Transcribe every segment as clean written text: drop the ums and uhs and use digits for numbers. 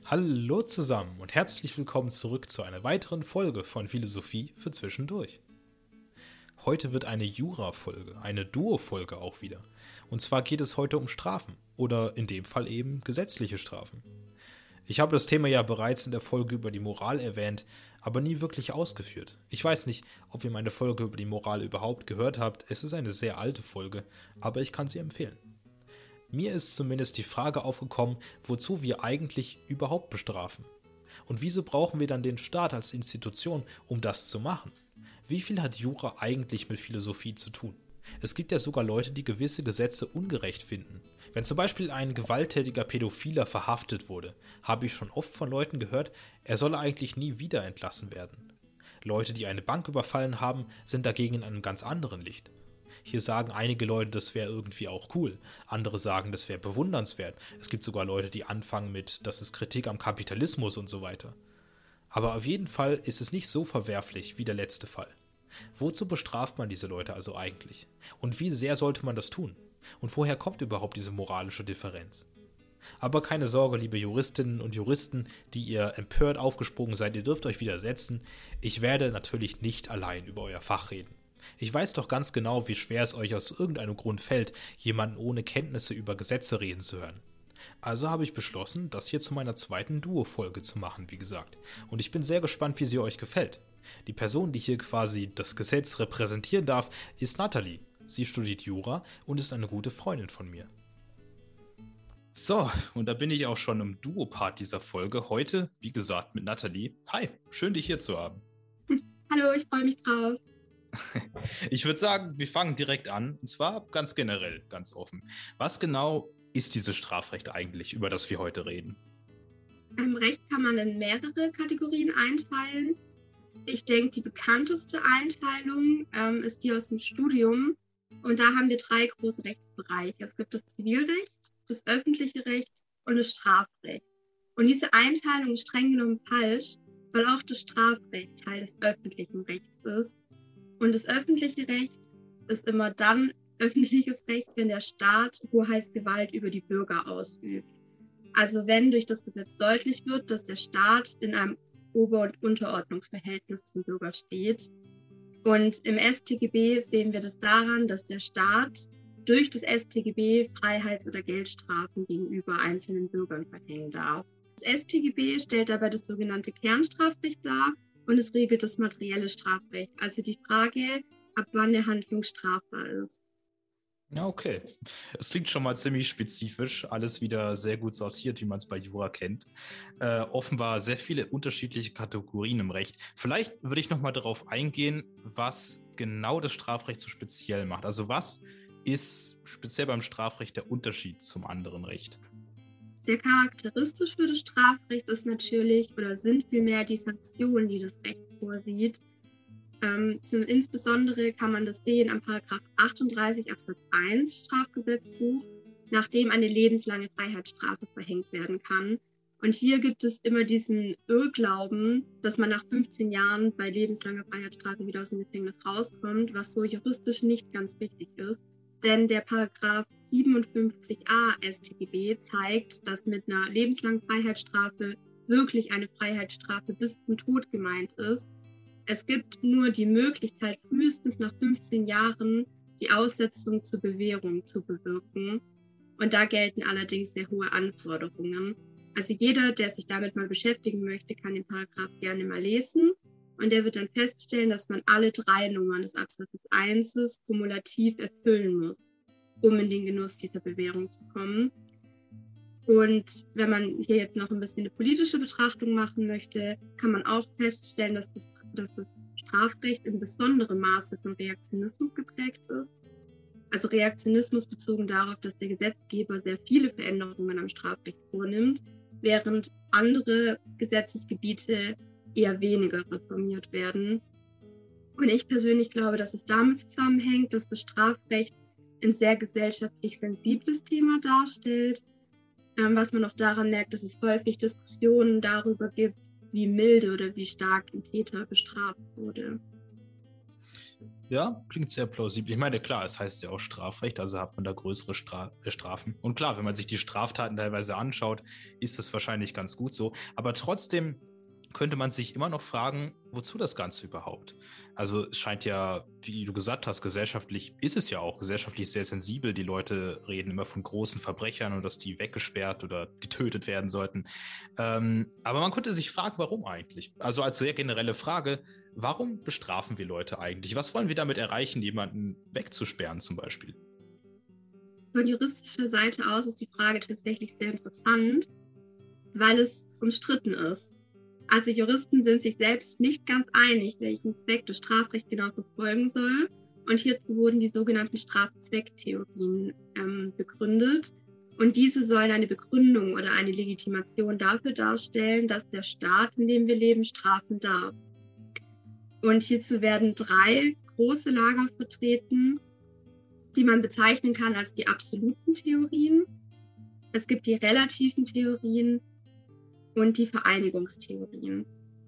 Hallo zusammen und herzlich willkommen zurück zu einer weiteren Folge von Philosophie für Zwischendurch. Heute wird eine Jura-Folge, eine Duo-Folge auch wieder. Und zwar geht es heute um Strafen oder in dem Fall eben gesetzliche Strafen. Ich habe das Thema ja bereits in der Folge über die Moral erwähnt, aber nie wirklich ausgeführt. Ich weiß nicht, ob ihr meine Folge über die Moral überhaupt gehört habt. Es ist eine sehr alte Folge, aber ich kann sie empfehlen. Mir ist zumindest die Frage aufgekommen, wozu wir eigentlich überhaupt bestrafen. Und wieso brauchen wir dann den Staat als Institution, um das zu machen? Wie viel hat Jura eigentlich mit Philosophie zu tun? Es gibt ja sogar Leute, die gewisse Gesetze ungerecht finden. Wenn zum Beispiel ein gewalttätiger Pädophiler verhaftet wurde, habe ich schon oft von Leuten gehört, er solle eigentlich nie wieder entlassen werden. Leute, die eine Bank überfallen haben, sind dagegen in einem ganz anderen Licht. Hier sagen einige Leute, das wäre irgendwie auch cool. Andere sagen, das wäre bewundernswert. Es gibt sogar Leute, die anfangen mit, das ist Kritik am Kapitalismus und so weiter. Aber auf jeden Fall ist es nicht so verwerflich wie der letzte Fall. Wozu bestraft man diese Leute also eigentlich? Und wie sehr sollte man das tun? Und woher kommt überhaupt diese moralische Differenz? Aber keine Sorge, liebe Juristinnen und Juristen, die ihr empört aufgesprungen seid, ihr dürft euch widersetzen. Ich werde natürlich nicht allein über euer Fach reden. Ich weiß doch ganz genau, wie schwer es euch aus irgendeinem Grund fällt, jemanden ohne Kenntnisse über Gesetze reden zu hören. Also habe ich beschlossen, das hier zu meiner zweiten Duo-Folge zu machen, wie gesagt. Und ich bin sehr gespannt, wie sie euch gefällt. Die Person, die hier quasi das Gesetz repräsentieren darf, ist Nathalie. Sie studiert Jura und ist eine gute Freundin von mir. So, und da bin ich auch schon im Duo-Part dieser Folge. Heute, wie gesagt, mit Nathalie. Hi, schön dich hier zu haben. Hallo, ich freue mich drauf. Ich würde sagen, wir fangen direkt an, und zwar ganz generell, ganz offen. Was genau ist dieses Strafrecht eigentlich, über das wir heute reden? Im Recht kann man in mehrere Kategorien einteilen. Ich denke, die bekannteste Einteilung ist die aus dem Studium. Und da haben wir 3 große Rechtsbereiche. Es gibt das Zivilrecht, das öffentliche Recht und das Strafrecht. Und diese Einteilung ist streng genommen falsch, weil auch das Strafrecht Teil des öffentlichen Rechts ist. Und das öffentliche Recht ist immer dann öffentliches Recht, wenn der Staat Hoheitsgewalt über die Bürger ausübt. Also wenn durch das Gesetz deutlich wird, dass der Staat in einem Ober- und Unterordnungsverhältnis zum Bürger steht. Und im StGB sehen wir das daran, dass der Staat durch das StGB Freiheits- oder Geldstrafen gegenüber einzelnen Bürgern verhängen darf. Das StGB stellt dabei das sogenannte Kernstrafrecht dar und es regelt das materielle Strafrecht, also die Frage, ab wann eine Handlung strafbar ist. Ja, okay. Es klingt schon mal ziemlich spezifisch, alles wieder sehr gut sortiert, wie man es bei Jura kennt. Offenbar sehr viele unterschiedliche Kategorien im Recht. Vielleicht würde ich nochmal darauf eingehen, was genau das Strafrecht so speziell macht. Also was ist speziell beim Strafrecht der Unterschied zum anderen Recht? Sehr charakteristisch für das Strafrecht ist natürlich oder sind vielmehr die Sanktionen, die das Recht vorsieht. Insbesondere kann man das sehen am Paragraph 38 Absatz 1 Strafgesetzbuch, nachdem eine lebenslange Freiheitsstrafe verhängt werden kann. Und hier gibt es immer diesen Irrglauben, dass man nach 15 Jahren bei lebenslanger Freiheitsstrafe wieder aus dem Gefängnis rauskommt, was so juristisch nicht ganz richtig ist. Denn der Paragraph 57a StGB zeigt, dass mit einer lebenslangen Freiheitsstrafe wirklich eine Freiheitsstrafe bis zum Tod gemeint ist. Es gibt nur die Möglichkeit, frühestens nach 15 Jahren die Aussetzung zur Bewährung zu bewirken. Und da gelten allerdings sehr hohe Anforderungen. Also jeder, der sich damit mal beschäftigen möchte, kann den Paragraph gerne mal lesen. Und der wird dann feststellen, dass man alle 3 Nummern des Absatzes 1 kumulativ erfüllen muss, um in den Genuss dieser Bewährung zu kommen. Und wenn man hier jetzt noch ein bisschen eine politische Betrachtung machen möchte, kann man auch feststellen, dass das Strafrecht in besonderem Maße von Reaktionismus geprägt ist. Also Reaktionismus bezogen darauf, dass der Gesetzgeber sehr viele Veränderungen am Strafrecht vornimmt, während andere Gesetzesgebiete eher weniger reformiert werden. Und ich persönlich glaube, dass es damit zusammenhängt, dass das Strafrecht ein sehr gesellschaftlich sensibles Thema darstellt, was man auch daran merkt, dass es häufig Diskussionen darüber gibt, wie milde oder wie stark ein Täter bestraft wurde. Ja, klingt sehr plausibel. Ich meine, klar, es heißt ja auch Strafrecht, also hat man da größere Strafen. Und klar, wenn man sich die Straftaten teilweise anschaut, ist das wahrscheinlich ganz gut so. Aber trotzdem könnte man sich immer noch fragen, wozu das Ganze überhaupt? Also es scheint ja, wie du gesagt hast, gesellschaftlich ist es ja auch, gesellschaftlich sehr sensibel. Die Leute reden immer von großen Verbrechern und dass die weggesperrt oder getötet werden sollten. Aber man könnte sich fragen, warum eigentlich? Also als sehr generelle Frage, warum bestrafen wir Leute eigentlich? Was wollen wir damit erreichen, jemanden wegzusperren zum Beispiel? Von juristischer Seite aus ist die Frage tatsächlich sehr interessant, weil es umstritten ist. Also Juristen sind sich selbst nicht ganz einig, welchen Zweck das Strafrecht genau verfolgen soll. Und hierzu wurden die sogenannten Strafzwecktheorien begründet. Und diese sollen eine Begründung oder eine Legitimation dafür darstellen, dass der Staat, in dem wir leben, strafen darf. Und hierzu werden 3 große Lager vertreten, die man bezeichnen kann als die absoluten Theorien. Es gibt die relativen Theorien und die Vereinigungstheorien.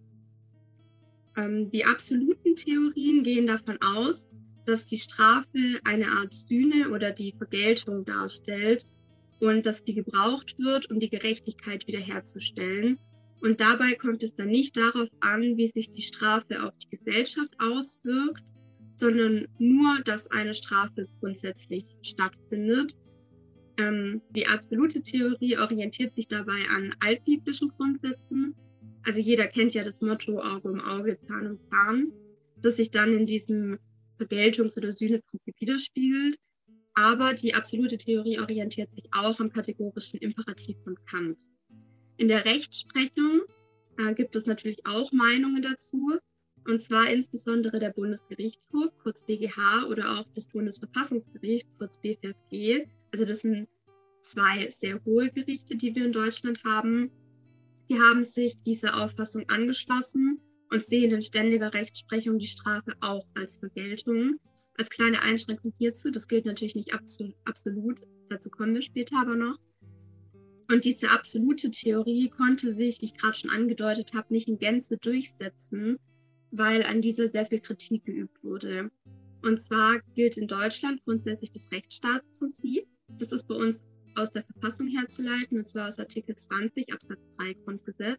Die absoluten Theorien gehen davon aus, dass die Strafe eine Art Sühne oder die Vergeltung darstellt und dass die gebraucht wird, um die Gerechtigkeit wiederherzustellen. Und dabei kommt es dann nicht darauf an, wie sich die Strafe auf die Gesellschaft auswirkt, sondern nur, dass eine Strafe grundsätzlich stattfindet. Die absolute Theorie orientiert sich dabei an altbiblischen Grundsätzen. Also jeder kennt ja das Motto Auge um Auge, Zahn um Zahn, das sich dann in diesem Vergeltungs- oder Sühneprinzip widerspiegelt. Aber die absolute Theorie orientiert sich auch am kategorischen Imperativ von Kant. In der Rechtsprechung gibt es natürlich auch Meinungen dazu, und zwar insbesondere der Bundesgerichtshof, kurz BGH, oder auch das Bundesverfassungsgericht, kurz BVG. Also das sind 2 sehr hohe Gerichte, die wir in Deutschland haben. Die haben sich dieser Auffassung angeschlossen und sehen in ständiger Rechtsprechung die Strafe auch als Vergeltung. Als kleine Einschränkung hierzu, das gilt natürlich nicht absolut, dazu kommen wir später aber noch. Und diese absolute Theorie konnte sich, wie ich gerade schon angedeutet habe, nicht in Gänze durchsetzen, weil an dieser sehr viel Kritik geübt wurde. Und zwar gilt in Deutschland grundsätzlich das Rechtsstaatsprinzip. Das ist bei uns aus der Verfassung herzuleiten, und zwar aus Artikel 20 Absatz 3 Grundgesetz.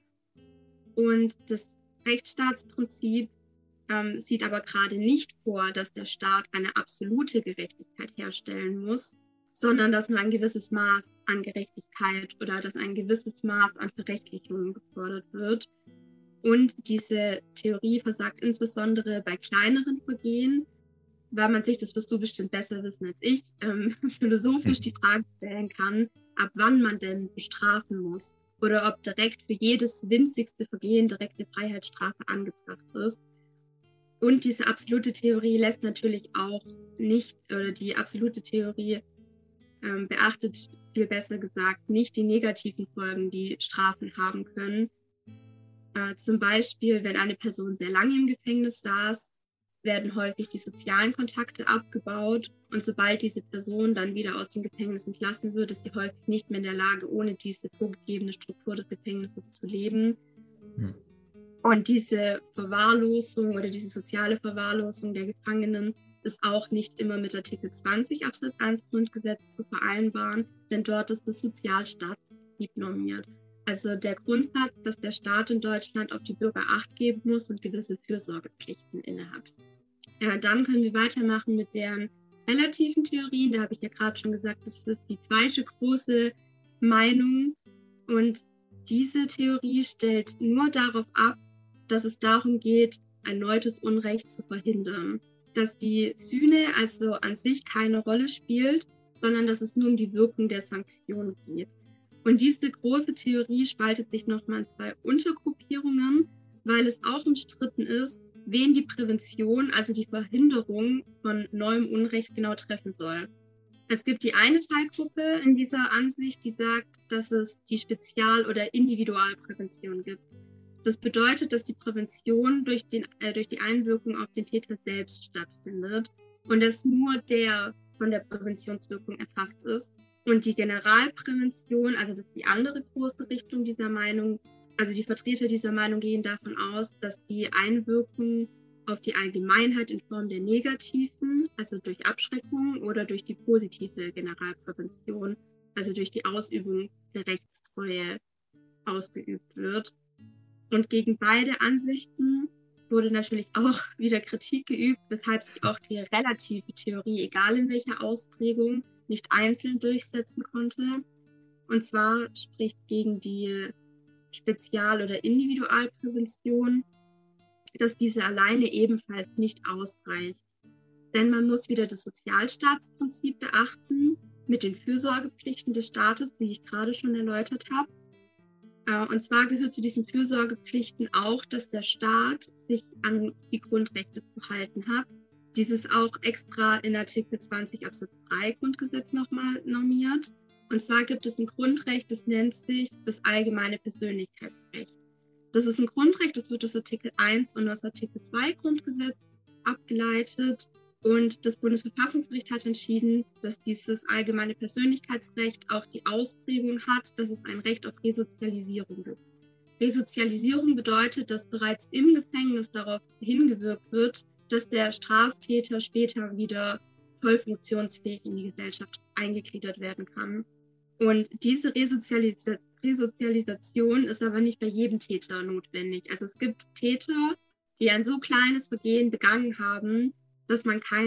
Und das Rechtsstaatsprinzip sieht aber gerade nicht vor, dass der Staat eine absolute Gerechtigkeit herstellen muss, sondern dass nur ein gewisses Maß an Gerechtigkeit oder dass ein gewisses Maß an Verrechtlichung gefordert wird. Und diese Theorie versagt insbesondere bei kleineren Vergehen, weil man sich, das wirst du bestimmt besser wissen als ich, philosophisch die Frage stellen kann, ab wann man denn bestrafen muss oder ob direkt für jedes winzigste Vergehen direkt eine Freiheitsstrafe angebracht ist. Und diese absolute Theorie lässt natürlich auch nicht, oder die absolute Theorie beachtet, viel besser gesagt, nicht die negativen Folgen, die Strafen haben können. Zum Beispiel, wenn eine Person sehr lange im Gefängnis saß, werden häufig die sozialen Kontakte abgebaut, und sobald diese Person dann wieder aus dem Gefängnis entlassen wird, ist sie häufig nicht mehr in der Lage, ohne diese vorgegebene Struktur des Gefängnisses zu leben. Und diese Verwahrlosung oder diese soziale Verwahrlosung der Gefangenen ist auch nicht immer mit Artikel 20 Absatz 1 Grundgesetz zu vereinbaren, denn dort ist das Sozialstaatsprinzip normiert. Also der Grundsatz, dass der Staat in Deutschland auf die Bürger Acht geben muss und gewisse Fürsorgepflichten innehat. Ja, dann können wir weitermachen mit deren relativen Theorien. Da habe ich ja gerade schon gesagt, das ist die zweite große Meinung. Und diese Theorie stellt nur darauf ab, dass es darum geht, erneutes Unrecht zu verhindern. Dass die Sühne also an sich keine Rolle spielt, sondern dass es nur um die Wirkung der Sanktion geht. Und diese große Theorie spaltet sich nochmal in 2 Untergruppierungen, weil es auch umstritten ist, wen die Prävention, also die Verhinderung von neuem Unrecht genau treffen soll. Es gibt die eine Teilgruppe in dieser Ansicht, die sagt, dass es die Spezial- oder Individualprävention gibt. Das bedeutet, dass die Prävention durch die Einwirkung auf den Täter selbst stattfindet und dass nur der von der Präventionswirkung erfasst ist. Und die Generalprävention, also das ist die andere große Richtung dieser Meinung, also die Vertreter dieser Meinung gehen davon aus, dass die Einwirkung auf die Allgemeinheit in Form der negativen, also durch Abschreckung, oder durch die positive Generalprävention, also durch die Ausübung der Rechtstreue ausgeübt wird. Und gegen beide Ansichten wurde natürlich auch wieder Kritik geübt, weshalb sich auch die relative Theorie, egal in welcher Ausprägung, nicht einzeln durchsetzen konnte. Und zwar spricht gegen die Spezial- oder Individualprävention, dass diese alleine ebenfalls nicht ausreicht. Denn man muss wieder das Sozialstaatsprinzip beachten mit den Fürsorgepflichten des Staates, die ich gerade schon erläutert habe. Und zwar gehört zu diesen Fürsorgepflichten auch, dass der Staat sich an die Grundrechte zu halten hat. Dieses auch extra in Artikel 20 Absatz 3 Grundgesetz nochmal normiert. Und zwar gibt es ein Grundrecht, das nennt sich das allgemeine Persönlichkeitsrecht. Das ist ein Grundrecht, das wird aus Artikel 1 und aus Artikel 2 Grundgesetz abgeleitet. Und das Bundesverfassungsgericht hat entschieden, dass dieses allgemeine Persönlichkeitsrecht auch die Ausprägung hat, dass es ein Recht auf Resozialisierung gibt. Resozialisierung bedeutet, dass bereits im Gefängnis darauf hingewirkt wird, dass der Straftäter später wieder voll funktionsfähig in die Gesellschaft eingegliedert werden kann. Und diese Resozialisation ist aber nicht bei jedem Täter notwendig. Also es gibt Täter, die ein so kleines Vergehen begangen haben, dass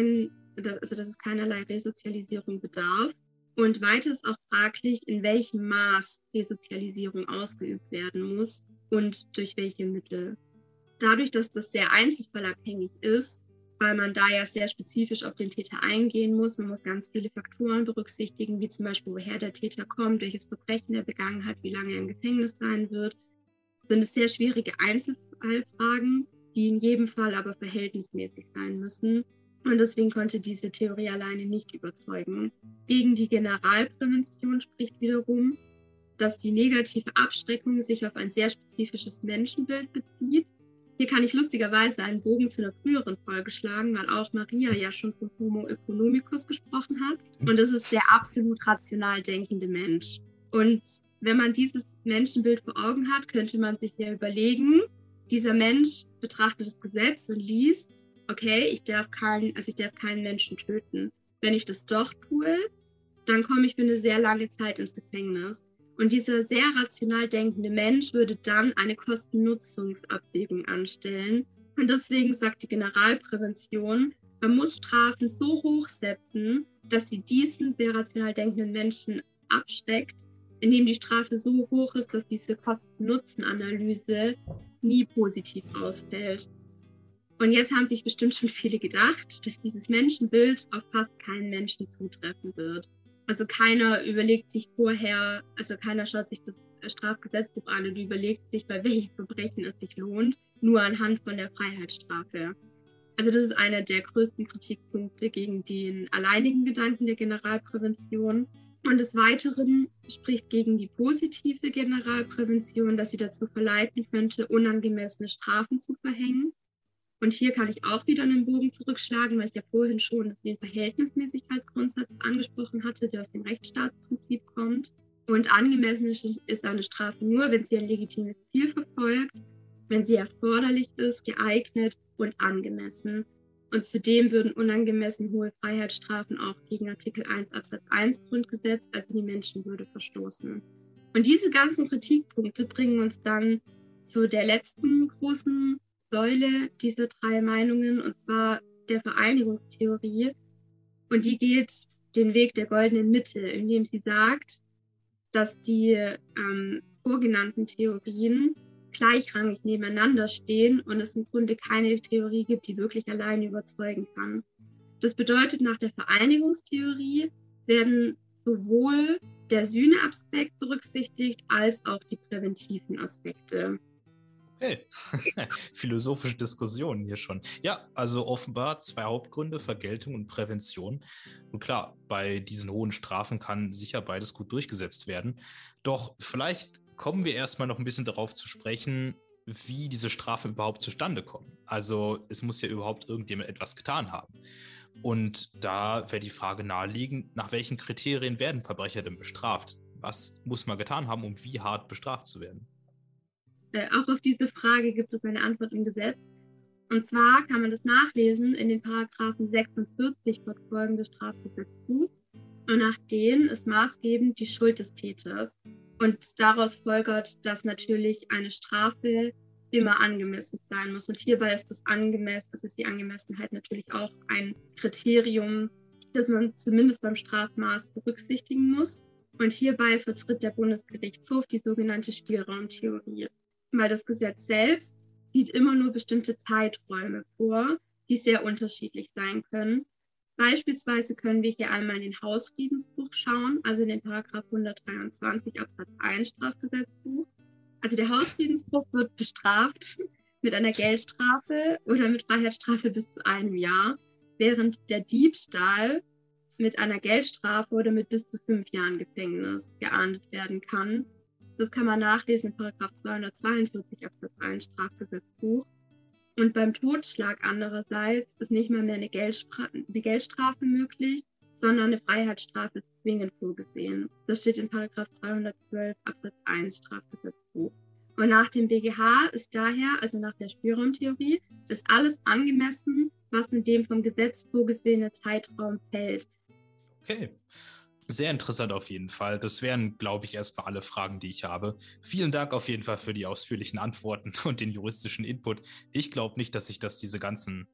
es keinerlei Resozialisierung bedarf. Und weiter ist auch fraglich, in welchem Maß Resozialisierung ausgeübt werden muss und durch welche Mittel. Dadurch, dass das sehr einzelfallabhängig ist, weil man da ja sehr spezifisch auf den Täter eingehen muss. Man muss ganz viele Faktoren berücksichtigen, wie zum Beispiel, woher der Täter kommt, welches Verbrechen er begangen hat, wie lange er im Gefängnis sein wird. Sind es sehr schwierige Einzelfallfragen, die in jedem Fall aber verhältnismäßig sein müssen. Und deswegen konnte diese Theorie alleine nicht überzeugen. Gegen die Generalprävention spricht wiederum, dass die negative Abschreckung sich auf ein sehr spezifisches Menschenbild bezieht. Hier kann ich lustigerweise einen Bogen zu einer früheren Folge schlagen, weil auch Maria ja schon von Homo economicus gesprochen hat. Und das ist der absolut rational denkende Mensch. Und wenn man dieses Menschenbild vor Augen hat, könnte man sich ja überlegen, dieser Mensch betrachtet das Gesetz und liest, okay, ich darf keinen Menschen töten. Wenn ich das doch tue, dann komme ich für eine sehr lange Zeit ins Gefängnis. Und dieser sehr rational denkende Mensch würde dann eine Kosten-Nutzungsabwägung anstellen. Und deswegen sagt die Generalprävention, man muss Strafen so hoch setzen, dass sie diesen sehr rational denkenden Menschen abschreckt, indem die Strafe so hoch ist, dass diese Kosten-Nutzen-Analyse nie positiv ausfällt. Und jetzt haben sich bestimmt schon viele gedacht, dass dieses Menschenbild auf fast keinen Menschen zutreffen wird. Also keiner überlegt sich vorher, also keiner schaut sich das Strafgesetzbuch an und überlegt sich, bei welchen Verbrechen es sich lohnt, nur anhand von der Freiheitsstrafe. Also das ist einer der größten Kritikpunkte gegen den alleinigen Gedanken der Generalprävention. Und des Weiteren spricht gegen die positive Generalprävention, dass sie dazu verleiten könnte, unangemessene Strafen zu verhängen. Und hier kann ich auch wieder einen Bogen zurückschlagen, weil ich ja vorhin schon den Verhältnismäßigkeitsgrundsatz angesprochen hatte, der aus dem Rechtsstaatsprinzip kommt. Und angemessen ist eine Strafe nur, wenn sie ein legitimes Ziel verfolgt, wenn sie erforderlich ist, geeignet und angemessen. Und zudem würden unangemessen hohe Freiheitsstrafen auch gegen Artikel 1 Absatz 1 Grundgesetz, also die Menschenwürde, verstoßen. Und diese ganzen Kritikpunkte bringen uns dann zu der letzten großen Säule dieser drei Meinungen, und zwar der Vereinigungstheorie. Und die geht den Weg der goldenen Mitte, indem sie sagt, dass die vorgenannten Theorien gleichrangig nebeneinander stehen und es im Grunde keine Theorie gibt, die wirklich alleine überzeugen kann. Das bedeutet, nach der Vereinigungstheorie werden sowohl der Sühneaspekt berücksichtigt als auch die präventiven Aspekte. Okay, philosophische Diskussionen hier schon. Ja, also offenbar zwei Hauptgründe, Vergeltung und Prävention. Und klar, bei diesen hohen Strafen kann sicher beides gut durchgesetzt werden. Doch vielleicht kommen wir erstmal noch ein bisschen darauf zu sprechen, wie diese Strafen überhaupt zustande kommen. Also es muss ja überhaupt irgendjemand etwas getan haben. Und da wäre die Frage naheliegend, nach welchen Kriterien werden Verbrecher denn bestraft? Was muss man getan haben, um wie hart bestraft zu werden? Auch auf diese Frage gibt es eine Antwort im Gesetz. Und zwar kann man das nachlesen in den Paragraphen 46 fortfolgendes Strafgesetzbuch. Und nach denen ist maßgebend die Schuld des Täters. Und daraus folgert, dass natürlich eine Strafe immer angemessen sein muss. Und hierbei ist die Angemessenheit natürlich auch ein Kriterium, das man zumindest beim Strafmaß berücksichtigen muss. Und hierbei vertritt der Bundesgerichtshof die sogenannte Spielraumtheorie. Weil das Gesetz selbst sieht immer nur bestimmte Zeiträume vor, die sehr unterschiedlich sein können. Beispielsweise können wir hier einmal in den Hausfriedensbruch schauen, also in den Paragraph 123 Absatz 1 Strafgesetzbuch. Also der Hausfriedensbruch wird bestraft mit einer Geldstrafe oder mit Freiheitsstrafe bis zu 1 Jahr, während der Diebstahl mit einer Geldstrafe oder mit bis zu 5 Jahren Gefängnis geahndet werden kann. Das kann man nachlesen in Paragraph 242 Absatz 1 Strafgesetzbuch. Und beim Totschlag andererseits ist nicht mal mehr eine Geldstrafe möglich, sondern eine Freiheitsstrafe ist zwingend vorgesehen. Das steht in Paragraph 212 Absatz 1 Strafgesetzbuch. Und nach dem BGH ist daher, also nach der Spielraumtheorie, ist alles angemessen, was in dem vom Gesetz vorgesehene Zeitraum fällt. Okay. Sehr interessant auf jeden Fall. Das wären, glaube ich, erstmal alle Fragen, die ich habe. Vielen Dank auf jeden Fall für die ausführlichen Antworten und den juristischen Input. Ich glaube nicht, dass ich diese ganzen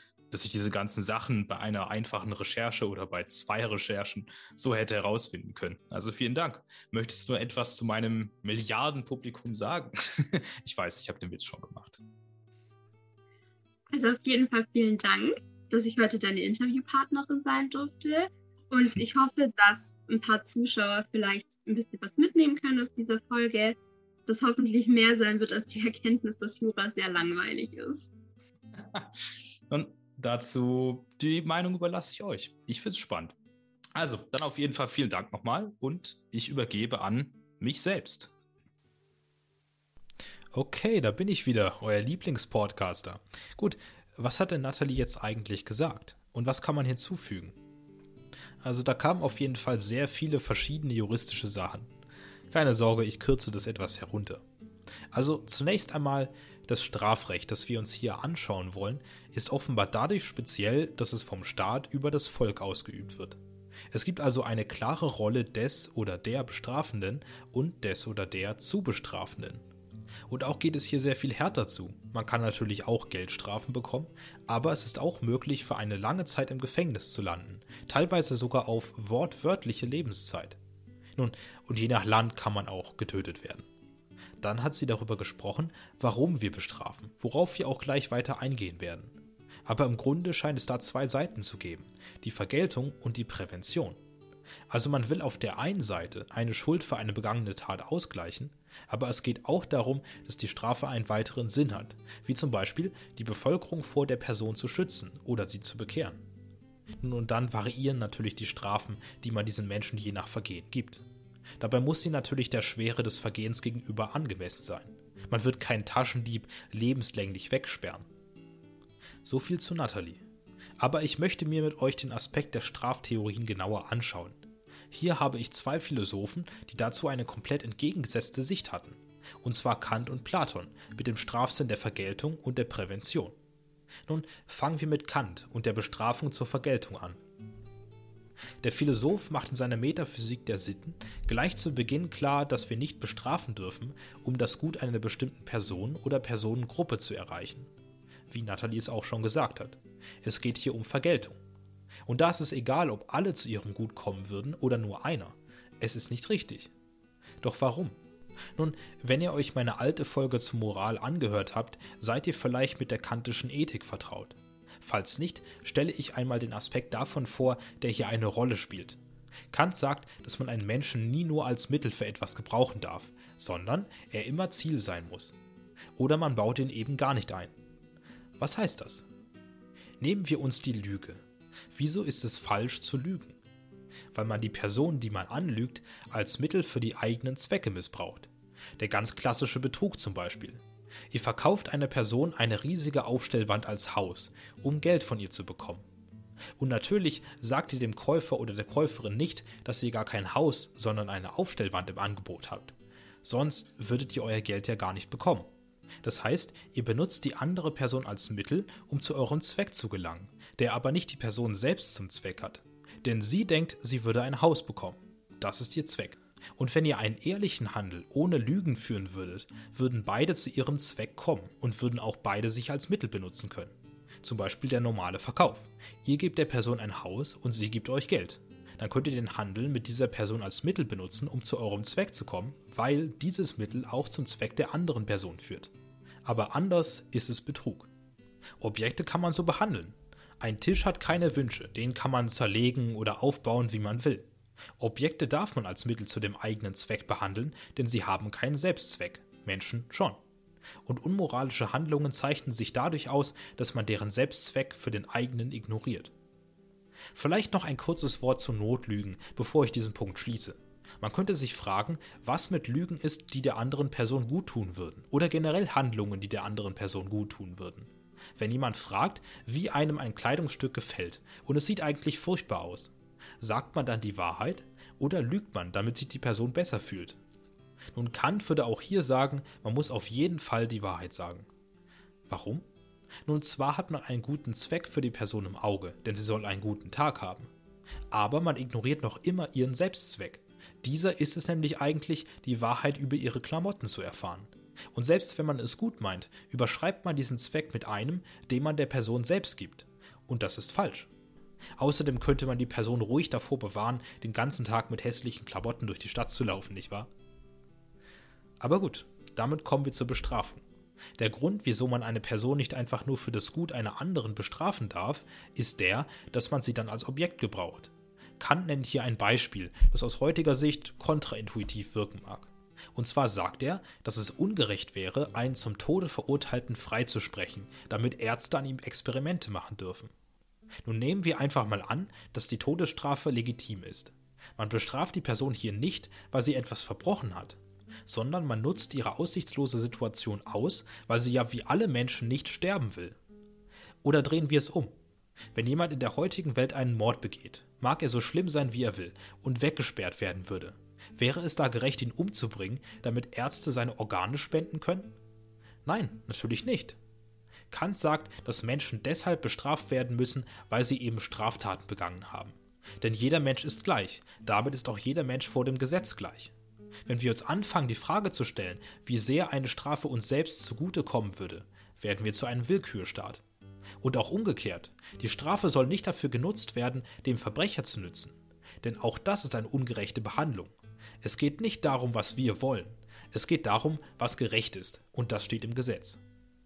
Sachen bei einer einfachen Recherche oder bei 2 Recherchen so hätte herausfinden können. Also vielen Dank. Möchtest du nur etwas zu meinem Milliardenpublikum sagen? Ich weiß, ich habe den Witz schon gemacht. Also auf jeden Fall vielen Dank, dass ich heute deine Interviewpartnerin sein durfte. Und ich hoffe, dass ein paar Zuschauer vielleicht ein bisschen was mitnehmen können aus dieser Folge, das hoffentlich mehr sein wird als die Erkenntnis, dass Jura sehr langweilig ist. Und dazu die Meinung überlasse ich euch. Ich finde es spannend. Also, dann auf jeden Fall vielen Dank nochmal und ich übergebe an mich selbst. Okay, da bin ich wieder, euer Lieblingspodcaster. Gut, was hat denn Nathalie jetzt eigentlich gesagt? Und was kann man hinzufügen? Also da kamen auf jeden Fall sehr viele verschiedene juristische Sachen. Keine Sorge, ich kürze das etwas herunter. Also zunächst einmal, das Strafrecht, das wir uns hier anschauen wollen, ist offenbar dadurch speziell, dass es vom Staat über das Volk ausgeübt wird. Es gibt also eine klare Rolle des oder der Bestrafenden und des oder der zu Bestrafenden. Und auch geht es hier sehr viel härter zu. Man kann natürlich auch Geldstrafen bekommen, aber es ist auch möglich, für eine lange Zeit im Gefängnis zu landen, teilweise sogar auf wortwörtliche Lebenszeit. Nun, und je nach Land kann man auch getötet werden. Dann hat sie darüber gesprochen, warum wir bestrafen, worauf wir auch gleich weiter eingehen werden. Aber im Grunde scheint es da 2 Seiten zu geben, die Vergeltung und die Prävention. Also man will auf der einen Seite eine Schuld für eine begangene Tat ausgleichen, aber es geht auch darum, dass die Strafe einen weiteren Sinn hat, wie zum Beispiel die Bevölkerung vor der Person zu schützen oder sie zu bekehren. Und dann variieren natürlich die Strafen, die man diesen Menschen je nach Vergehen gibt. Dabei muss sie natürlich der Schwere des Vergehens gegenüber angemessen sein. Man wird keinen Taschendieb lebenslänglich wegsperren. So viel zu Nathalie. Aber ich möchte mir mit euch den Aspekt der Straftheorien genauer anschauen. Hier habe ich 2 Philosophen, die dazu eine komplett entgegengesetzte Sicht hatten. Und zwar Kant und Platon mit dem Strafsinn der Vergeltung und der Prävention. Nun fangen wir mit Kant und der Bestrafung zur Vergeltung an. Der Philosoph macht in seiner Metaphysik der Sitten gleich zu Beginn klar, dass wir nicht bestrafen dürfen, um das Gut einer bestimmten Person oder Personengruppe zu erreichen. Wie Nathalie es auch schon gesagt hat. Es geht hier um Vergeltung. Und da ist es egal, ob alle zu ihrem Gut kommen würden oder nur einer. Es ist nicht richtig. Doch warum? Nun, wenn ihr euch meine alte Folge zur Moral angehört habt, seid ihr vielleicht mit der kantischen Ethik vertraut. Falls nicht, stelle ich einmal den Aspekt davon vor, der hier eine Rolle spielt. Kant sagt, dass man einen Menschen nie nur als Mittel für etwas gebrauchen darf, sondern er immer Ziel sein muss. Oder man baut ihn eben gar nicht ein. Was heißt das? Nehmen wir uns die Lüge. Wieso ist es falsch zu lügen? Weil man die Person, die man anlügt, als Mittel für die eigenen Zwecke missbraucht. Der ganz klassische Betrug zum Beispiel. Ihr verkauft einer Person eine riesige Aufstellwand als Haus, um Geld von ihr zu bekommen. Und natürlich sagt ihr dem Käufer oder der Käuferin nicht, dass ihr gar kein Haus, sondern eine Aufstellwand im Angebot habt. Sonst würdet ihr euer Geld ja gar nicht bekommen. Das heißt, ihr benutzt die andere Person als Mittel, um zu eurem Zweck zu gelangen, der aber nicht die Person selbst zum Zweck hat. Denn sie denkt, sie würde ein Haus bekommen. Das ist ihr Zweck. Und wenn ihr einen ehrlichen Handel ohne Lügen führen würdet, würden beide zu ihrem Zweck kommen und würden auch beide sich als Mittel benutzen können. Zum Beispiel der normale Verkauf. Ihr gebt der Person ein Haus und sie gibt euch Geld. Dann könnt ihr den Handel mit dieser Person als Mittel benutzen, um zu eurem Zweck zu kommen, weil dieses Mittel auch zum Zweck der anderen Person führt. Aber anders ist es Betrug. Objekte kann man so behandeln. Ein Tisch hat keine Wünsche, den kann man zerlegen oder aufbauen, wie man will. Objekte darf man als Mittel zu dem eigenen Zweck behandeln, denn sie haben keinen Selbstzweck, Menschen schon. Und unmoralische Handlungen zeichnen sich dadurch aus, dass man deren Selbstzweck für den eigenen ignoriert. Vielleicht noch ein kurzes Wort zu Notlügen, bevor ich diesen Punkt schließe. Man könnte sich fragen, was mit Lügen ist, die der anderen Person guttun würden, oder generell Handlungen, die der anderen Person guttun würden. Wenn jemand fragt, wie einem ein Kleidungsstück gefällt und es sieht eigentlich furchtbar aus, sagt man dann die Wahrheit oder lügt man, damit sich die Person besser fühlt? Nun, Kant würde auch hier sagen, man muss auf jeden Fall die Wahrheit sagen. Warum? Nun, zwar hat man einen guten Zweck für die Person im Auge, denn sie soll einen guten Tag haben. Aber man ignoriert noch immer ihren Selbstzweck. Dieser ist es nämlich eigentlich, die Wahrheit über ihre Klamotten zu erfahren. Und selbst wenn man es gut meint, überschreibt man diesen Zweck mit einem, den man der Person selbst gibt. Und das ist falsch. Außerdem könnte man die Person ruhig davor bewahren, den ganzen Tag mit hässlichen Klamotten durch die Stadt zu laufen, nicht wahr? Aber gut, damit kommen wir zur Bestrafung. Der Grund, wieso man eine Person nicht einfach nur für das Gut einer anderen bestrafen darf, ist der, dass man sie dann als Objekt gebraucht. Kant nennt hier ein Beispiel, das aus heutiger Sicht kontraintuitiv wirken mag. Und zwar sagt er, dass es ungerecht wäre, einen zum Tode Verurteilten freizusprechen, damit Ärzte an ihm Experimente machen dürfen. Nun nehmen wir einfach mal an, dass die Todesstrafe legitim ist. Man bestraft die Person hier nicht, weil sie etwas verbrochen hat, sondern man nutzt ihre aussichtslose Situation aus, weil sie ja wie alle Menschen nicht sterben will. Oder drehen wir es um. Wenn jemand in der heutigen Welt einen Mord begeht, mag er so schlimm sein, wie er will, und weggesperrt werden würde. Wäre es da gerecht, ihn umzubringen, damit Ärzte seine Organe spenden können? Nein, natürlich nicht. Kant sagt, dass Menschen deshalb bestraft werden müssen, weil sie eben Straftaten begangen haben. Denn jeder Mensch ist gleich, damit ist auch jeder Mensch vor dem Gesetz gleich. Wenn wir uns anfangen, die Frage zu stellen, wie sehr eine Strafe uns selbst zugutekommen würde, werden wir zu einem Willkürstaat. Und auch umgekehrt, die Strafe soll nicht dafür genutzt werden, dem Verbrecher zu nützen. Denn auch das ist eine ungerechte Behandlung. Es geht nicht darum, was wir wollen. Es geht darum, was gerecht ist. Und das steht im Gesetz.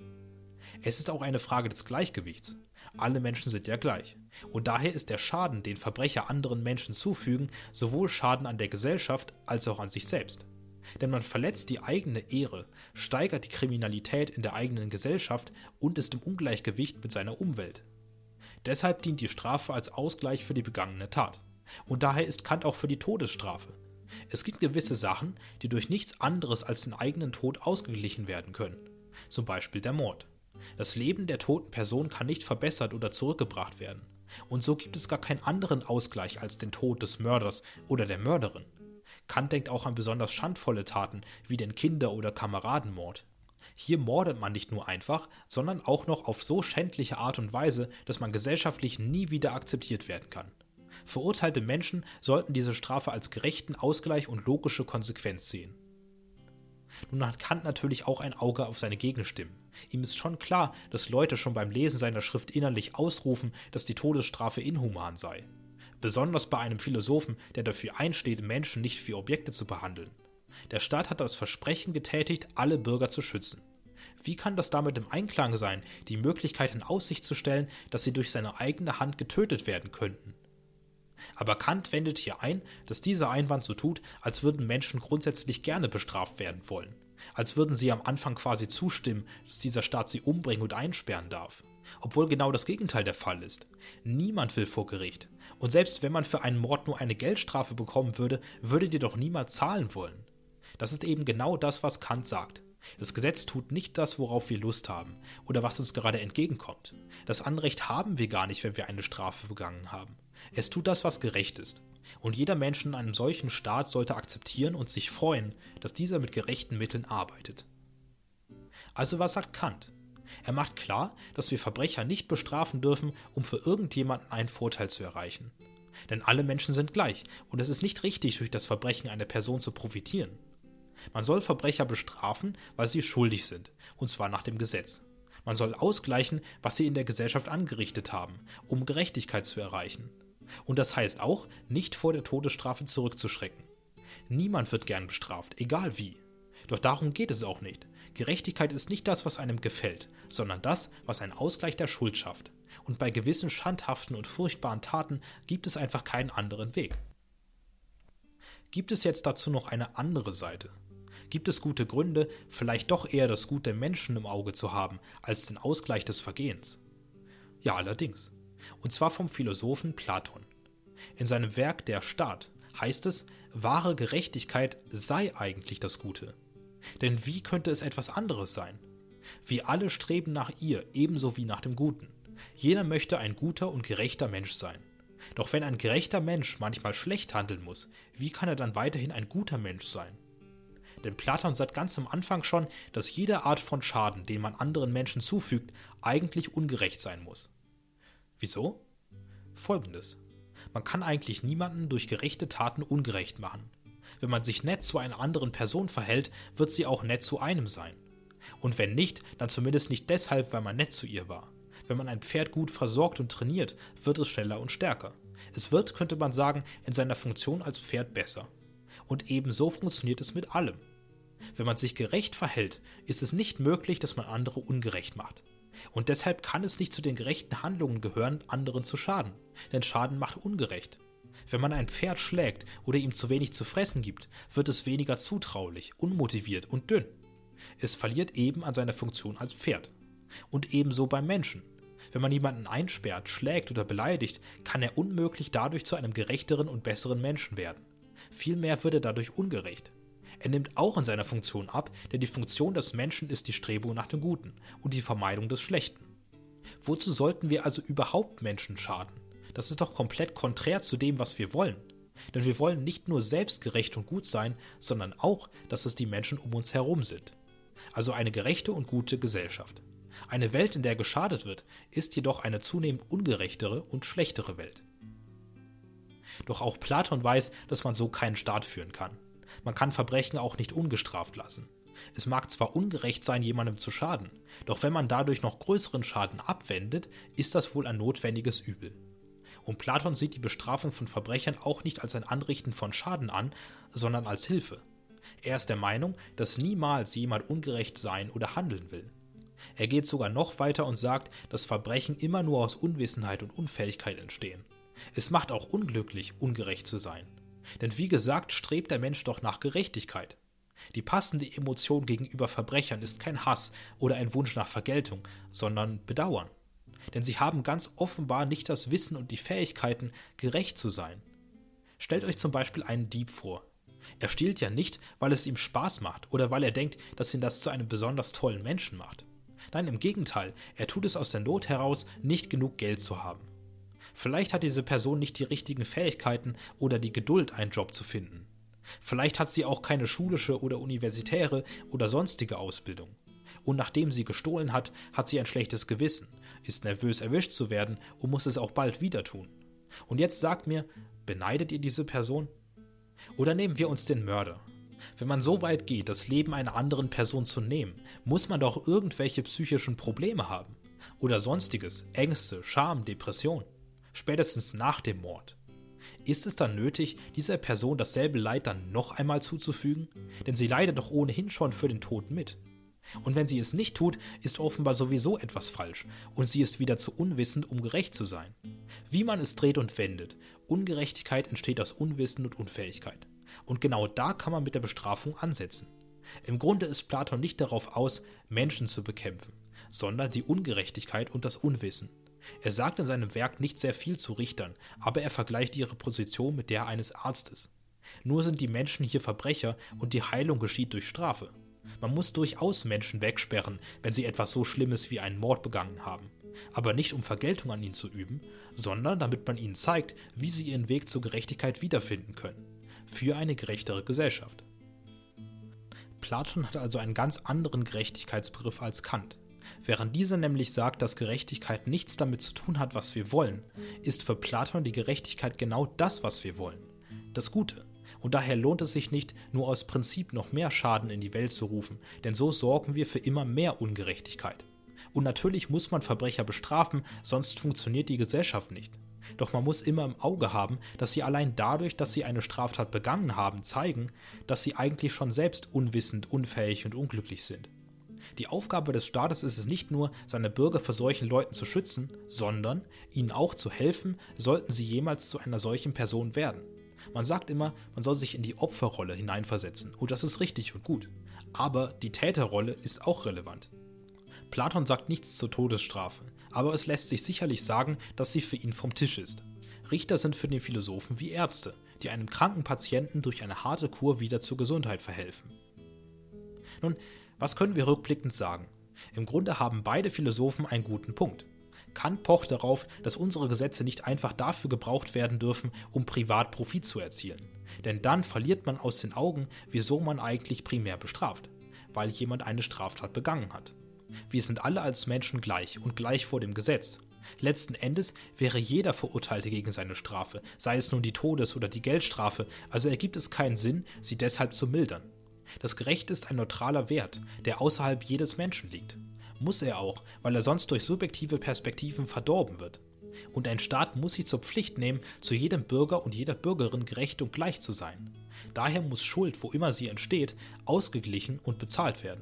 Es ist auch eine Frage des Gleichgewichts. Alle Menschen sind ja gleich. Und daher ist der Schaden, den Verbrecher anderen Menschen zufügen, sowohl Schaden an der Gesellschaft als auch an sich selbst. Denn man verletzt die eigene Ehre, steigert die Kriminalität in der eigenen Gesellschaft und ist im Ungleichgewicht mit seiner Umwelt. Deshalb dient die Strafe als Ausgleich für die begangene Tat. Und daher ist Kant auch für die Todesstrafe. Es gibt gewisse Sachen, die durch nichts anderes als den eigenen Tod ausgeglichen werden können. Zum Beispiel der Mord. Das Leben der toten Person kann nicht verbessert oder zurückgebracht werden. Und so gibt es gar keinen anderen Ausgleich als den Tod des Mörders oder der Mörderin. Kant denkt auch an besonders schandvolle Taten wie den Kinder- oder Kameradenmord. Hier mordet man nicht nur einfach, sondern auch noch auf so schändliche Art und Weise, dass man gesellschaftlich nie wieder akzeptiert werden kann. Verurteilte Menschen sollten diese Strafe als gerechten Ausgleich und logische Konsequenz sehen. Nun hat Kant natürlich auch ein Auge auf seine Gegenstimmen. Ihm ist schon klar, dass Leute schon beim Lesen seiner Schrift innerlich ausrufen, dass die Todesstrafe inhuman sei. Besonders bei einem Philosophen, der dafür einsteht, Menschen nicht wie Objekte zu behandeln. Der Staat hat das Versprechen getätigt, alle Bürger zu schützen. Wie kann das damit im Einklang sein, die Möglichkeit in Aussicht zu stellen, dass sie durch seine eigene Hand getötet werden könnten? Aber Kant wendet hier ein, dass dieser Einwand so tut, als würden Menschen grundsätzlich gerne bestraft werden wollen. Als würden sie am Anfang quasi zustimmen, dass dieser Staat sie umbringen und einsperren darf. Obwohl genau das Gegenteil der Fall ist. Niemand will vor Gericht. Und selbst wenn man für einen Mord nur eine Geldstrafe bekommen würde, würde dir doch niemand zahlen wollen. Das ist eben genau das, was Kant sagt. Das Gesetz tut nicht das, worauf wir Lust haben oder was uns gerade entgegenkommt. Das Anrecht haben wir gar nicht, wenn wir eine Strafe begangen haben. Es tut das, was gerecht ist. Und jeder Mensch in einem solchen Staat sollte akzeptieren und sich freuen, dass dieser mit gerechten Mitteln arbeitet. Also was sagt Kant? Er macht klar, dass wir Verbrecher nicht bestrafen dürfen, um für irgendjemanden einen Vorteil zu erreichen. Denn alle Menschen sind gleich und es ist nicht richtig, durch das Verbrechen einer Person zu profitieren. Man soll Verbrecher bestrafen, weil sie schuldig sind, und zwar nach dem Gesetz. Man soll ausgleichen, was sie in der Gesellschaft angerichtet haben, um Gerechtigkeit zu erreichen. Und das heißt auch, nicht vor der Todesstrafe zurückzuschrecken. Niemand wird gern bestraft, egal wie. Doch darum geht es auch nicht. Gerechtigkeit ist nicht das, was einem gefällt, sondern das, was einen Ausgleich der Schuld schafft. Und bei gewissen schandhaften und furchtbaren Taten gibt es einfach keinen anderen Weg. Gibt es jetzt dazu noch eine andere Seite? Gibt es gute Gründe, vielleicht doch eher das Gut der Menschen im Auge zu haben, als den Ausgleich des Vergehens? Ja, allerdings. Und zwar vom Philosophen Platon. In seinem Werk Der Staat heißt es, wahre Gerechtigkeit sei eigentlich das Gute. Denn wie könnte es etwas anderes sein? Wir alle streben nach ihr, ebenso wie nach dem Guten. Jeder möchte ein guter und gerechter Mensch sein. Doch wenn ein gerechter Mensch manchmal schlecht handeln muss, wie kann er dann weiterhin ein guter Mensch sein? Denn Platon sagt ganz am Anfang schon, dass jede Art von Schaden, den man anderen Menschen zufügt, eigentlich ungerecht sein muss. Wieso? Folgendes: Man kann eigentlich niemanden durch gerechte Taten ungerecht machen. Wenn man sich nett zu einer anderen Person verhält, wird sie auch nett zu einem sein. Und wenn nicht, dann zumindest nicht deshalb, weil man nett zu ihr war. Wenn man ein Pferd gut versorgt und trainiert, wird es schneller und stärker. Es wird, könnte man sagen, in seiner Funktion als Pferd besser. Und ebenso funktioniert es mit allem. Wenn man sich gerecht verhält, ist es nicht möglich, dass man andere ungerecht macht. Und deshalb kann es nicht zu den gerechten Handlungen gehören, anderen zu schaden. Denn Schaden macht ungerecht. Wenn man ein Pferd schlägt oder ihm zu wenig zu fressen gibt, wird es weniger zutraulich, unmotiviert und dünn. Es verliert eben an seiner Funktion als Pferd. Und ebenso beim Menschen. Wenn man jemanden einsperrt, schlägt oder beleidigt, kann er unmöglich dadurch zu einem gerechteren und besseren Menschen werden. Vielmehr wird er dadurch ungerecht. Er nimmt auch in seiner Funktion ab, denn die Funktion des Menschen ist die Strebung nach dem Guten und die Vermeidung des Schlechten. Wozu sollten wir also überhaupt Menschen schaden? Das ist doch komplett konträr zu dem, was wir wollen. Denn wir wollen nicht nur selbst gerecht und gut sein, sondern auch, dass es die Menschen um uns herum sind. Also eine gerechte und gute Gesellschaft. Eine Welt, in der geschadet wird, ist jedoch eine zunehmend ungerechtere und schlechtere Welt. Doch auch Platon weiß, dass man so keinen Staat führen kann. Man kann Verbrechen auch nicht ungestraft lassen. Es mag zwar ungerecht sein, jemandem zu schaden, doch wenn man dadurch noch größeren Schaden abwendet, ist das wohl ein notwendiges Übel. Und Platon sieht die Bestrafung von Verbrechern auch nicht als ein Anrichten von Schaden an, sondern als Hilfe. Er ist der Meinung, dass niemals jemand ungerecht sein oder handeln will. Er geht sogar noch weiter und sagt, dass Verbrechen immer nur aus Unwissenheit und Unfähigkeit entstehen. Es macht auch unglücklich, ungerecht zu sein. Denn wie gesagt, strebt der Mensch doch nach Gerechtigkeit. Die passende Emotion gegenüber Verbrechern ist kein Hass oder ein Wunsch nach Vergeltung, sondern Bedauern. Denn sie haben ganz offenbar nicht das Wissen und die Fähigkeiten, gerecht zu sein. Stellt euch zum Beispiel einen Dieb vor. Er stiehlt ja nicht, weil es ihm Spaß macht oder weil er denkt, dass ihn das zu einem besonders tollen Menschen macht. Nein, im Gegenteil, er tut es aus der Not heraus, nicht genug Geld zu haben. Vielleicht hat diese Person nicht die richtigen Fähigkeiten oder die Geduld, einen Job zu finden. Vielleicht hat sie auch keine schulische oder universitäre oder sonstige Ausbildung. Und nachdem sie gestohlen hat, hat sie ein schlechtes Gewissen, ist nervös erwischt zu werden und muss es auch bald wieder tun. Und jetzt sagt mir, beneidet ihr diese Person? Oder nehmen wir uns den Mörder. Wenn man so weit geht, das Leben einer anderen Person zu nehmen, muss man doch irgendwelche psychischen Probleme haben. Oder sonstiges, Ängste, Scham, Depression. Spätestens nach dem Mord. Ist es dann nötig, dieser Person dasselbe Leid dann noch einmal zuzufügen? Denn sie leidet doch ohnehin schon für den Tod mit. Und wenn sie es nicht tut, ist offenbar sowieso etwas falsch und sie ist wieder zu unwissend, um gerecht zu sein. Wie man es dreht und wendet, Ungerechtigkeit entsteht aus Unwissen und Unfähigkeit. Und genau da kann man mit der Bestrafung ansetzen. Im Grunde ist Platon nicht darauf aus, Menschen zu bekämpfen, sondern die Ungerechtigkeit und das Unwissen. Er sagt in seinem Werk nicht sehr viel zu Richtern, aber er vergleicht ihre Position mit der eines Arztes. Nur sind die Menschen hier Verbrecher und die Heilung geschieht durch Strafe. Man muss durchaus Menschen wegsperren, wenn sie etwas so Schlimmes wie einen Mord begangen haben. Aber nicht um Vergeltung an ihnen zu üben, sondern damit man ihnen zeigt, wie sie ihren Weg zur Gerechtigkeit wiederfinden können. Für eine gerechtere Gesellschaft. Platon hat also einen ganz anderen Gerechtigkeitsbegriff als Kant. Während dieser nämlich sagt, dass Gerechtigkeit nichts damit zu tun hat, was wir wollen, ist für Platon die Gerechtigkeit genau das, was wir wollen. Das Gute. Und daher lohnt es sich nicht, nur aus Prinzip noch mehr Schaden in die Welt zu rufen, denn so sorgen wir für immer mehr Ungerechtigkeit. Und natürlich muss man Verbrecher bestrafen, sonst funktioniert die Gesellschaft nicht. Doch man muss immer im Auge haben, dass sie allein dadurch, dass sie eine Straftat begangen haben, zeigen, dass sie eigentlich schon selbst unwissend, unfähig und unglücklich sind. Die Aufgabe des Staates ist es nicht nur, seine Bürger vor solchen Leuten zu schützen, sondern ihnen auch zu helfen, sollten sie jemals zu einer solchen Person werden. Man sagt immer, man soll sich in die Opferrolle hineinversetzen, und das ist richtig und gut. Aber die Täterrolle ist auch relevant. Platon sagt nichts zur Todesstrafe, aber es lässt sich sicherlich sagen, dass sie für ihn vom Tisch ist. Richter sind für den Philosophen wie Ärzte, die einem kranken Patienten durch eine harte Kur wieder zur Gesundheit verhelfen. Nun, was können wir rückblickend sagen? Im Grunde haben beide Philosophen einen guten Punkt. Kant pocht darauf, dass unsere Gesetze nicht einfach dafür gebraucht werden dürfen, um privat Profit zu erzielen. Denn dann verliert man aus den Augen, wieso man eigentlich primär bestraft. Weil jemand eine Straftat begangen hat. Wir sind alle als Menschen gleich und gleich vor dem Gesetz. Letzten Endes wäre jeder Verurteilte gegen seine Strafe, sei es nun die Todes- oder die Geldstrafe, also ergibt es keinen Sinn, sie deshalb zu mildern. Das Recht ist ein neutraler Wert, der außerhalb jedes Menschen liegt. Muss er auch, weil er sonst durch subjektive Perspektiven verdorben wird. Und ein Staat muss sich zur Pflicht nehmen, zu jedem Bürger und jeder Bürgerin gerecht und gleich zu sein. Daher muss Schuld, wo immer sie entsteht, ausgeglichen und bezahlt werden.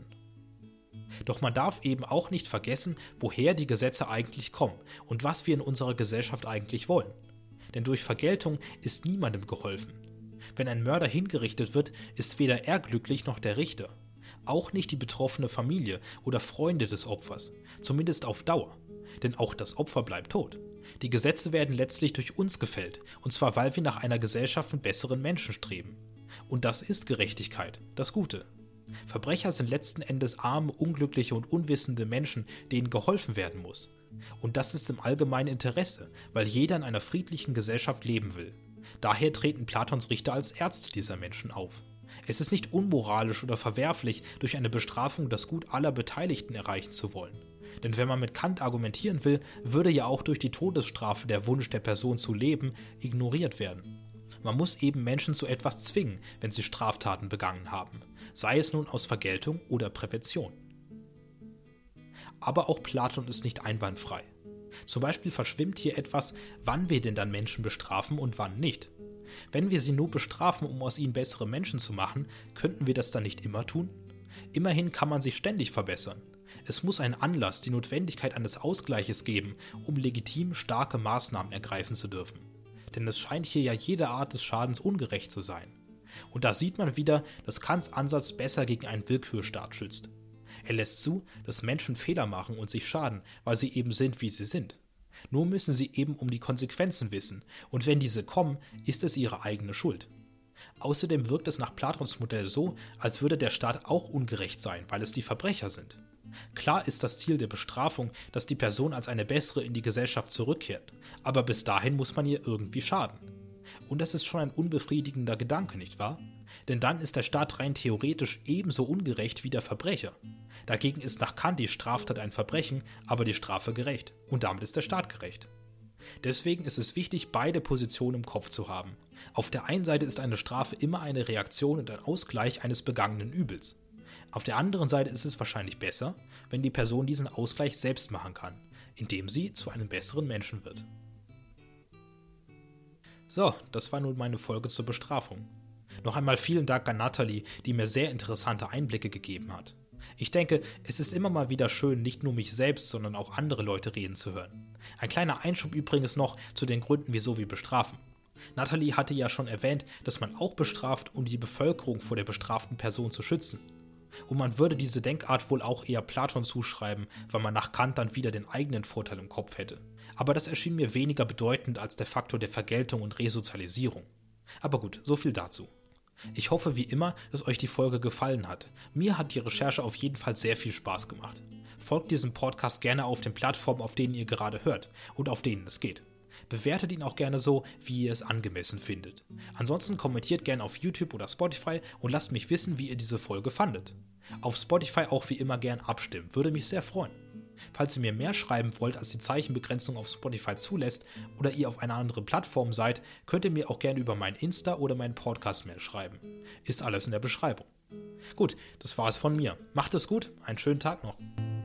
Doch man darf eben auch nicht vergessen, woher die Gesetze eigentlich kommen und was wir in unserer Gesellschaft eigentlich wollen. Denn durch Vergeltung ist niemandem geholfen. Wenn ein Mörder hingerichtet wird, ist weder er glücklich noch der Richter. Auch nicht die betroffene Familie oder Freunde des Opfers, zumindest auf Dauer. Denn auch das Opfer bleibt tot. Die Gesetze werden letztlich durch uns gefällt, und zwar weil wir nach einer Gesellschaft mit besseren Menschen streben. Und das ist Gerechtigkeit, das Gute. Verbrecher sind letzten Endes arme, unglückliche und unwissende Menschen, denen geholfen werden muss. Und das ist im allgemeinen Interesse, weil jeder in einer friedlichen Gesellschaft leben will. Daher treten Platons Richter als Ärzte dieser Menschen auf. Es ist nicht unmoralisch oder verwerflich, durch eine Bestrafung das Gut aller Beteiligten erreichen zu wollen. Denn wenn man mit Kant argumentieren will, würde ja auch durch die Todesstrafe der Wunsch der Person zu leben ignoriert werden. Man muss eben Menschen zu etwas zwingen, wenn sie Straftaten begangen haben, sei es nun aus Vergeltung oder Prävention. Aber auch Platon ist nicht einwandfrei. Zum Beispiel verschwimmt hier etwas, wann wir denn dann Menschen bestrafen und wann nicht. Wenn wir sie nur bestrafen, um aus ihnen bessere Menschen zu machen, könnten wir das dann nicht immer tun? Immerhin kann man sich ständig verbessern. Es muss einen Anlass, die Notwendigkeit eines Ausgleiches geben, um legitim starke Maßnahmen ergreifen zu dürfen. Denn es scheint hier ja jede Art des Schadens ungerecht zu sein. Und da sieht man wieder, dass Kants Ansatz besser gegen einen Willkürstaat schützt. Er lässt zu, dass Menschen Fehler machen und sich schaden, weil sie eben sind, wie sie sind. Nur müssen sie eben um die Konsequenzen wissen, und wenn diese kommen, ist es ihre eigene Schuld. Außerdem wirkt es nach Platons Modell so, als würde der Staat auch ungerecht sein, weil es die Verbrecher sind. Klar ist das Ziel der Bestrafung, dass die Person als eine bessere in die Gesellschaft zurückkehrt, aber bis dahin muss man ihr irgendwie schaden. Und das ist schon ein unbefriedigender Gedanke, nicht wahr? Denn dann ist der Staat rein theoretisch ebenso ungerecht wie der Verbrecher. Dagegen ist nach Kant die Straftat ein Verbrechen, aber die Strafe gerecht. Und damit ist der Staat gerecht. Deswegen ist es wichtig, beide Positionen im Kopf zu haben. Auf der einen Seite ist eine Strafe immer eine Reaktion und ein Ausgleich eines begangenen Übels. Auf der anderen Seite ist es wahrscheinlich besser, wenn die Person diesen Ausgleich selbst machen kann, indem sie zu einem besseren Menschen wird. So, das war nun meine Folge zur Bestrafung. Noch einmal vielen Dank an Nathalie, die mir sehr interessante Einblicke gegeben hat. Ich denke, es ist immer mal wieder schön, nicht nur mich selbst, sondern auch andere Leute reden zu hören. Ein kleiner Einschub übrigens noch zu den Gründen, wieso wir bestrafen. Nathalie hatte ja schon erwähnt, dass man auch bestraft, um die Bevölkerung vor der bestraften Person zu schützen. Und man würde diese Denkart wohl auch eher Platon zuschreiben, weil man nach Kant dann wieder den eigenen Vorteil im Kopf hätte. Aber das erschien mir weniger bedeutend als der Faktor der Vergeltung und Resozialisierung. Aber gut, so viel dazu. Ich hoffe wie immer, dass euch die Folge gefallen hat. Mir hat die Recherche auf jeden Fall sehr viel Spaß gemacht. Folgt diesem Podcast gerne auf den Plattformen, auf denen ihr gerade hört und auf denen es geht. Bewertet ihn auch gerne so, wie ihr es angemessen findet. Ansonsten kommentiert gerne auf YouTube oder Spotify und lasst mich wissen, wie ihr diese Folge fandet. Auf Spotify auch wie immer gern abstimmen, würde mich sehr freuen. Falls ihr mir mehr schreiben wollt, als die Zeichenbegrenzung auf Spotify zulässt oder ihr auf einer anderen Plattform seid, könnt ihr mir auch gerne über mein Insta oder meinen Podcast-Mail schreiben. Ist alles in der Beschreibung. Gut, das war es von mir. Macht es gut, einen schönen Tag noch.